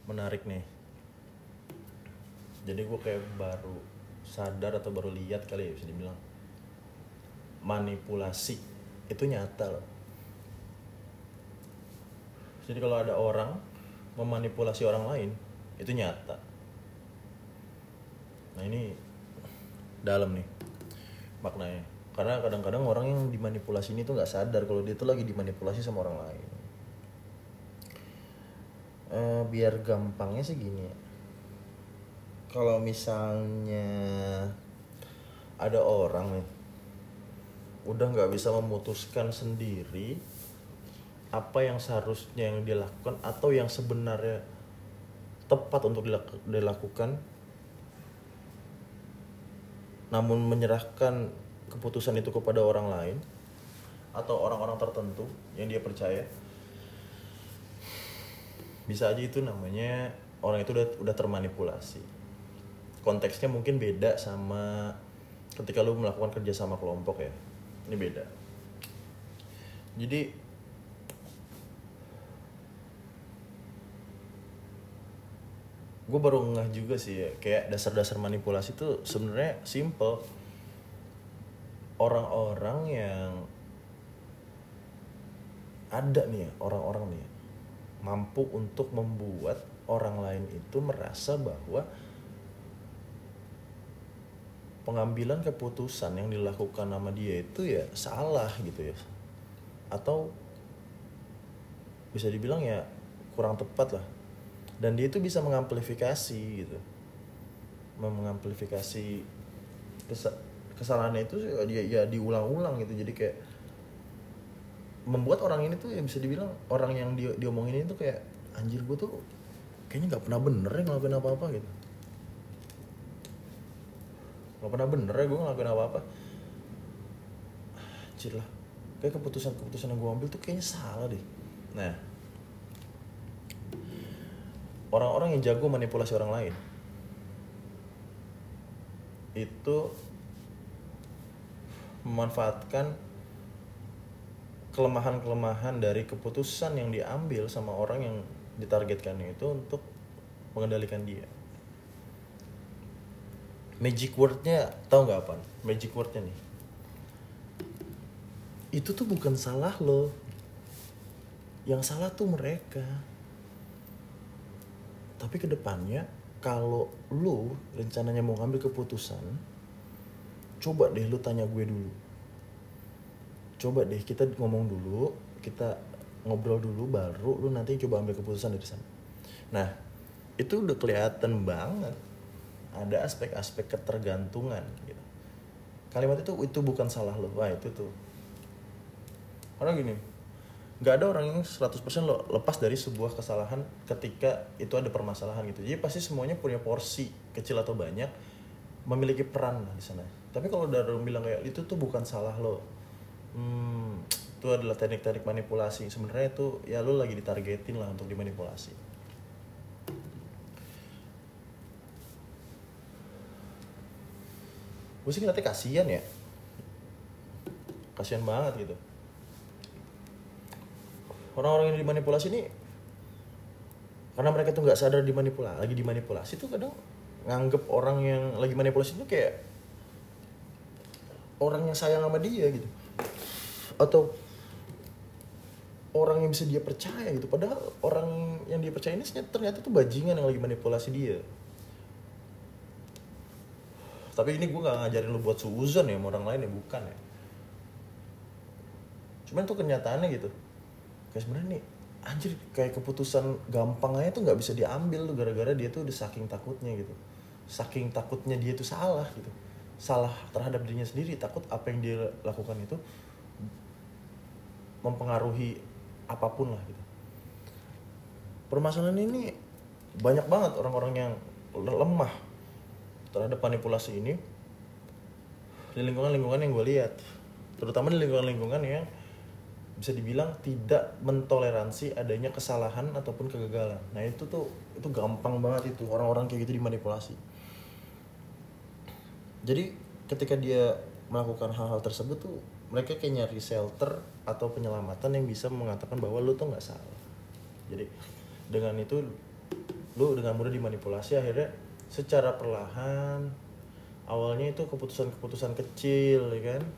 menarik nih. Jadi gue kayak baru sadar atau baru lihat kali ya, bisa dibilang manipulasi itu nyata loh. Jadi kalau ada orang memanipulasi orang lain, itu nyata. Nah ini dalam nih maknanya. Karena kadang-kadang orang yang dimanipulasi ini tuh nggak sadar kalau dia tuh lagi dimanipulasi sama orang lain. Biar gampangnya sih gini ya. Kalau misalnya ada orang nih udah nggak bisa memutuskan sendiri apa yang seharusnya yang dilakukan atau yang sebenarnya tepat untuk dilakukan, namun menyerahkan keputusan itu kepada orang lain atau orang-orang tertentu yang dia percaya, bisa aja itu namanya orang itu udah termanipulasi. Konteksnya mungkin beda sama ketika lu melakukan kerja sama kelompok ya. Ini beda. Jadi gue baru ngeh juga sih ya, kayak dasar-dasar manipulasi tuh sebenarnya simple. Orang-orang yang ada nih ya, orang-orang nih ya, mampu untuk membuat orang lain itu merasa bahwa pengambilan keputusan yang dilakukan sama dia itu ya salah gitu ya, atau bisa dibilang ya kurang tepat lah. Dan dia itu bisa mengamplifikasi gitu, mengamplifikasi kesalahannya itu ya diulang-ulang gitu. Jadi kayak membuat orang ini tuh ya bisa dibilang orang yang diomongin itu kayak anjir, gue tuh kayaknya nggak pernah bener ya ngelakuin apa-apa gitu, nggak pernah bener ya gue ngelakuin apa-apa. Anjir lah, kayak keputusan yang gue ambil tuh kayaknya salah deh. Nah, orang-orang yang jago manipulasi orang lain itu memanfaatkan kelemahan-kelemahan dari keputusan yang diambil sama orang yang ditargetkannya itu untuk mengendalikan dia. Magic wordnya tahu nggak apa? Magic wordnya nih, itu tuh bukan salah lo, yang salah tuh mereka. Tapi kedepannya kalau lu rencananya mau ngambil keputusan, coba deh lu tanya gue dulu. Coba deh kita ngomong dulu, kita ngobrol dulu, baru lu nanti coba ambil keputusan dari sana. Nah, itu udah kelihatan banget ada aspek-aspek ketergantungan gitu. Kalimat itu bukan salah lo. Wah, itu tuh. Karena gini, gak ada orang yang 100% lepas dari sebuah kesalahan ketika itu ada permasalahan gitu. Jadi pasti semuanya punya porsi kecil atau banyak, memiliki peran lah di sana. Tapi kalau udah bilang kayak itu tuh bukan salah lo, itu adalah teknik-teknik manipulasi. Sebenarnya itu ya lo lagi ditargetin lah untuk dimanipulasi. Gue sih ngeliatnya kasian ya, kasian banget gitu. Orang-orang yang dimanipulasi ini karena mereka tuh nggak sadar lagi dimanipulasi tuh kadang nganggep orang yang lagi manipulasi itu kayak orang yang sayang sama dia gitu, atau orang yang bisa dia percaya gitu. Padahal orang yang dia percaya ini ternyata tuh bajingan yang lagi manipulasi dia. Tapi ini gue nggak ngajarin lo buat suuzon ya sama orang lain ya, bukan ya. Cuman tuh kenyataannya gitu. Kayak sebenarnya nih anjir, kayak keputusan gampang aja tuh nggak bisa diambil tuh gara-gara dia tuh udah saking takutnya gitu, saking takutnya dia tuh salah gitu, salah terhadap dirinya sendiri, takut apa yang dia lakukan itu mempengaruhi apapun lah gitu. Permasalahan ini banyak banget orang-orang yang lemah terhadap manipulasi ini di lingkungan-lingkungan yang gue lihat, terutama di lingkungan-lingkungan yang bisa dibilang tidak mentoleransi adanya kesalahan ataupun kegagalan. Nah itu gampang banget itu orang-orang kayak gitu dimanipulasi. Jadi ketika dia melakukan hal-hal tersebut tuh mereka kayak nyari shelter atau penyelamatan yang bisa mengatakan bahwa lu tuh nggak salah. Jadi dengan itu lu dengan mudah dimanipulasi. Akhirnya secara perlahan, awalnya itu keputusan-keputusan kecil ya kan,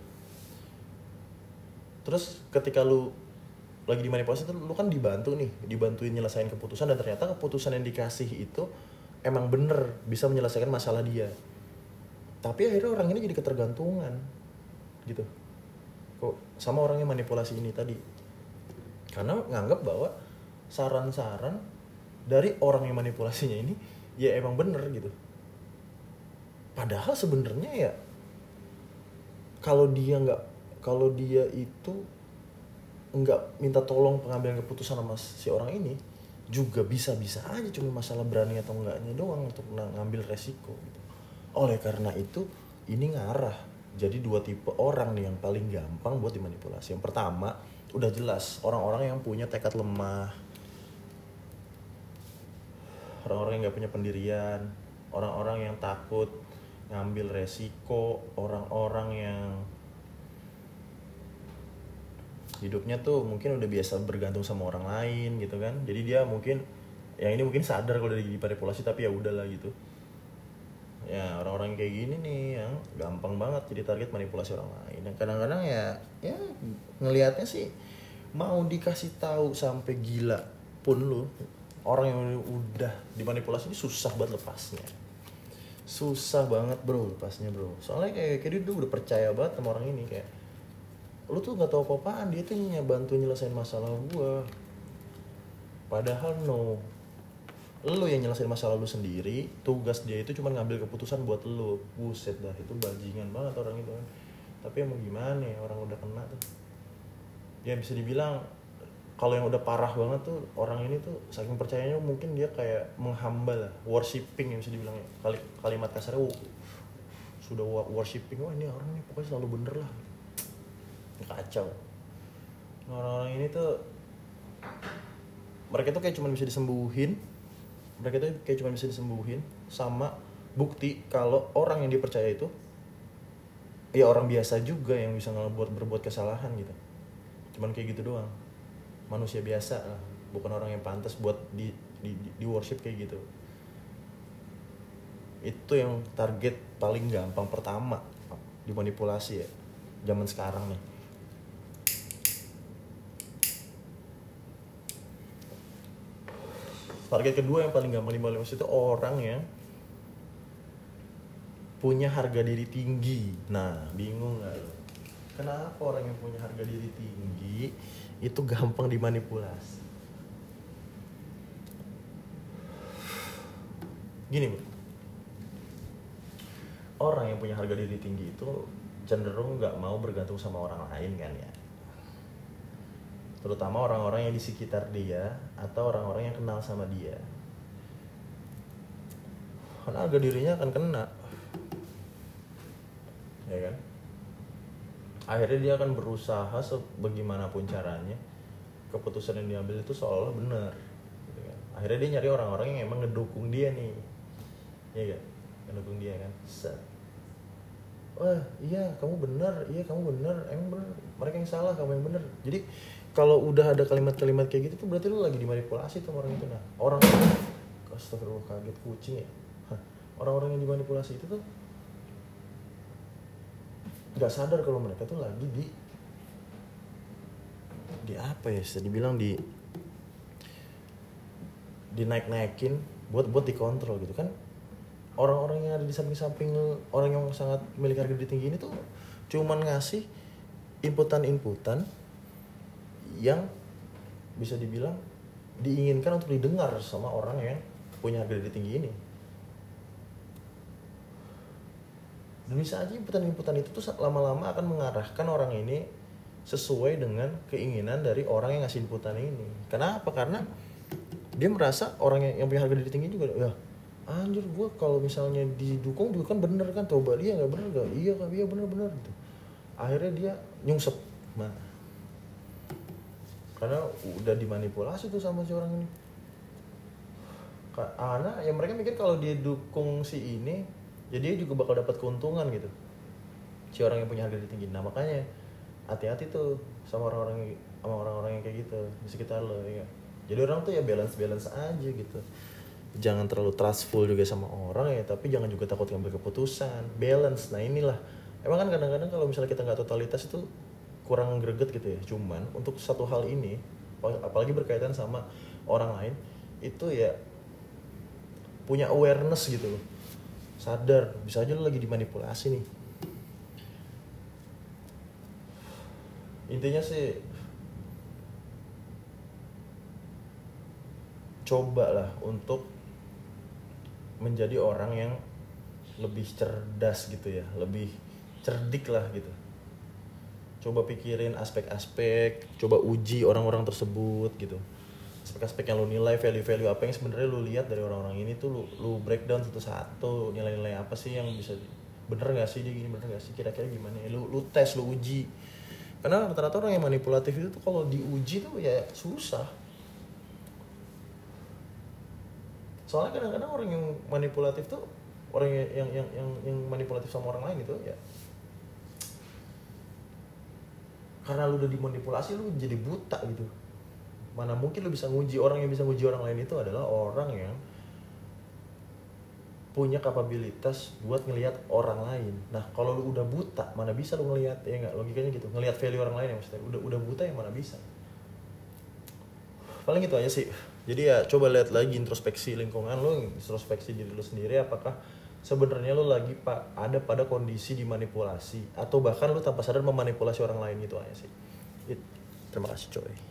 terus ketika lu lagi dimanipulasi tuh lu kan dibantuin nyelesain keputusan, dan ternyata keputusan yang dikasih itu emang bener bisa menyelesaikan masalah dia, tapi akhirnya orang ini jadi ketergantungan gitu kok sama orang yang manipulasi ini tadi, karena nganggap bahwa saran-saran dari orang yang manipulasinya ini ya emang bener gitu, padahal sebenarnya ya kalau dia itu nggak minta tolong pengambilan keputusan sama si orang ini, juga bisa-bisa aja, cuma masalah berani atau enggaknya doang untuk ngambil resiko gitu. Oleh karena itu ini ngarah jadi dua tipe orang nih yang paling gampang buat dimanipulasi. Yang pertama udah jelas orang-orang yang punya tekad lemah, orang-orang yang nggak punya pendirian, orang-orang yang takut ngambil resiko, orang-orang yang hidupnya tuh mungkin udah biasa bergantung sama orang lain gitu kan. Jadi dia mungkin yang ini mungkin sadar kalau udah dimanipulasi, tapi ya udahlah gitu. Ya orang-orang kayak gini nih yang gampang banget jadi target manipulasi orang lain. Dan kadang-kadang ya ngelihatnya sih mau dikasih tahu sampai gila pun lu, orang yang udah dimanipulasi ini susah banget lepasnya. Susah banget bro lepasnya bro. Soalnya kayak dia udah percaya banget sama orang ini, kayak lu tuh gak tahu apa-apaan, dia tuh bantu nyelesain masalah gua. Padahal no, lu yang nyelesain masalah lu sendiri, tugas dia itu cuma ngambil keputusan buat lu. Buset dah, itu bajingan banget orang itu kan. Tapi emang gimana ya, orang udah kena tuh ya bisa dibilang kalau yang udah parah banget tuh orang ini tuh saking percayanya mungkin dia kayak menghamba lah, worshipping yang bisa dibilang ya. Kalimat kasarnya sudah worshipping, wah ini orang nih pokoknya selalu bener lah. Kacau. Orang-orang ini tuh mereka tuh kayak cuma bisa disembuhin. Mereka tuh kayak cuma bisa disembuhin sama bukti kalau orang yang dipercaya itu ya orang biasa juga yang bisa berbuat kesalahan gitu. Cuman kayak gitu doang. Manusia biasa lah, bukan orang yang pantas buat di worship kayak gitu. Itu yang target paling gampang pertama dimanipulasi ya zaman sekarang nih. Target kedua yang paling gampang dimanipulasi itu orang yang punya harga diri tinggi. Nah, bingung gak lo? Kenapa orang yang punya harga diri tinggi itu gampang dimanipulasi? Gini bro, orang yang punya harga diri tinggi itu cenderung gak mau bergantung sama orang lain kan ya. Terutama orang-orang yang di sekitar dia atau orang-orang yang kenal sama dia. Karena harga dirinya akan kena, ya kan? Akhirnya dia akan berusaha sebagaimanapun caranya keputusan yang diambil itu seolah benar, gitu kan? Akhirnya dia nyari orang-orang yang emang ngedukung dia nih, ya kan? Ngedukung dia kan? Wah iya kamu benar, emang benar, mereka yang salah, kamu yang benar. Jadi kalau udah ada kalimat-kalimat kayak gitu tuh berarti lu lagi dimanipulasi tuh orang itu. Nah orang, astagfirullah, kaget kucing ya. Orang-orang yang dimanipulasi itu tuh nggak sadar kalau mereka tuh lagi di apa ya, bisa dibilang di naik-naikin buat dikontrol gitu kan. Orang-orang yang ada di samping-samping orang yang sangat memiliki harga diri tinggi ini tuh cuman ngasih inputan yang bisa dibilang diinginkan untuk didengar sama orang yang punya harga diri tinggi ini. Dan bisa aja inputan itu tuh lama-lama akan mengarahkan orang ini sesuai dengan keinginan dari orang yang ngasih inputan ini. Kenapa? Karena dia merasa orang yang punya harga diri tinggi juga, ya anjir gue kalau misalnya didukung juga kan bener kan, coba dia nggak bener gak? Iya bener gitu. Akhirnya dia nyungsep. Nah, karena udah dimanipulasi tuh sama si orang ini. Karena ya mereka mikir kalau dia dukung si ini, ya dia juga bakal dapat keuntungan gitu, si orang yang punya harga diri tinggi. Nah makanya hati-hati tuh sama orang-orang yang kayak gitu di sekitar lo ya. Jadi orang tuh ya balance aja gitu. jangan terlalu trustful juga sama orang ya, tapi jangan juga takut ngambil keputusan. Balance. Nah inilah, emang kan kadang-kadang kalau misalnya kita nggak totalitas itu kurang greget gitu ya. Cuman untuk satu hal ini, apalagi berkaitan sama orang lain, itu ya punya awareness gitu loh. Sadar, bisa aja lo lagi dimanipulasi nih. Intinya sih cobalah untuk menjadi orang yang lebih cerdas gitu ya, lebih cerdik lah gitu. Coba pikirin aspek-aspek, coba uji orang-orang tersebut gitu. Aspek-aspek yang lu nilai, value-value apa yang sebenarnya lu lihat dari orang-orang ini tuh lu breakdown satu-satu, nilai-nilai apa sih yang bisa bener nggak sih dia gini, bener nggak sih kira-kira gimana ya, lu tes, lu uji. Karena rata-rata orang yang manipulatif itu tuh kalau diuji tuh ya susah. Soalnya kadang-kadang orang yang manipulatif tuh, orang yang manipulatif sama orang lain itu ya karena lu udah dimanipulasi, lu jadi buta gitu. Mana mungkin lu bisa nguji, orang yang bisa nguji orang lain itu adalah orang yang punya kapabilitas buat ngelihat orang lain. Nah kalau lu udah buta, mana bisa lu ngelihat, ya nggak, logikanya gitu, ngelihat value orang lain ya maksudnya. Udah buta ya mana bisa. Paling gitu aja sih. Jadi ya coba lihat lagi introspeksi lingkungan lu, introspeksi diri lu sendiri, apakah sebenarnya lu lagi ada pada kondisi dimanipulasi atau bahkan lu tanpa sadar memanipulasi orang lain, gitu aja sih. Terima kasih coy.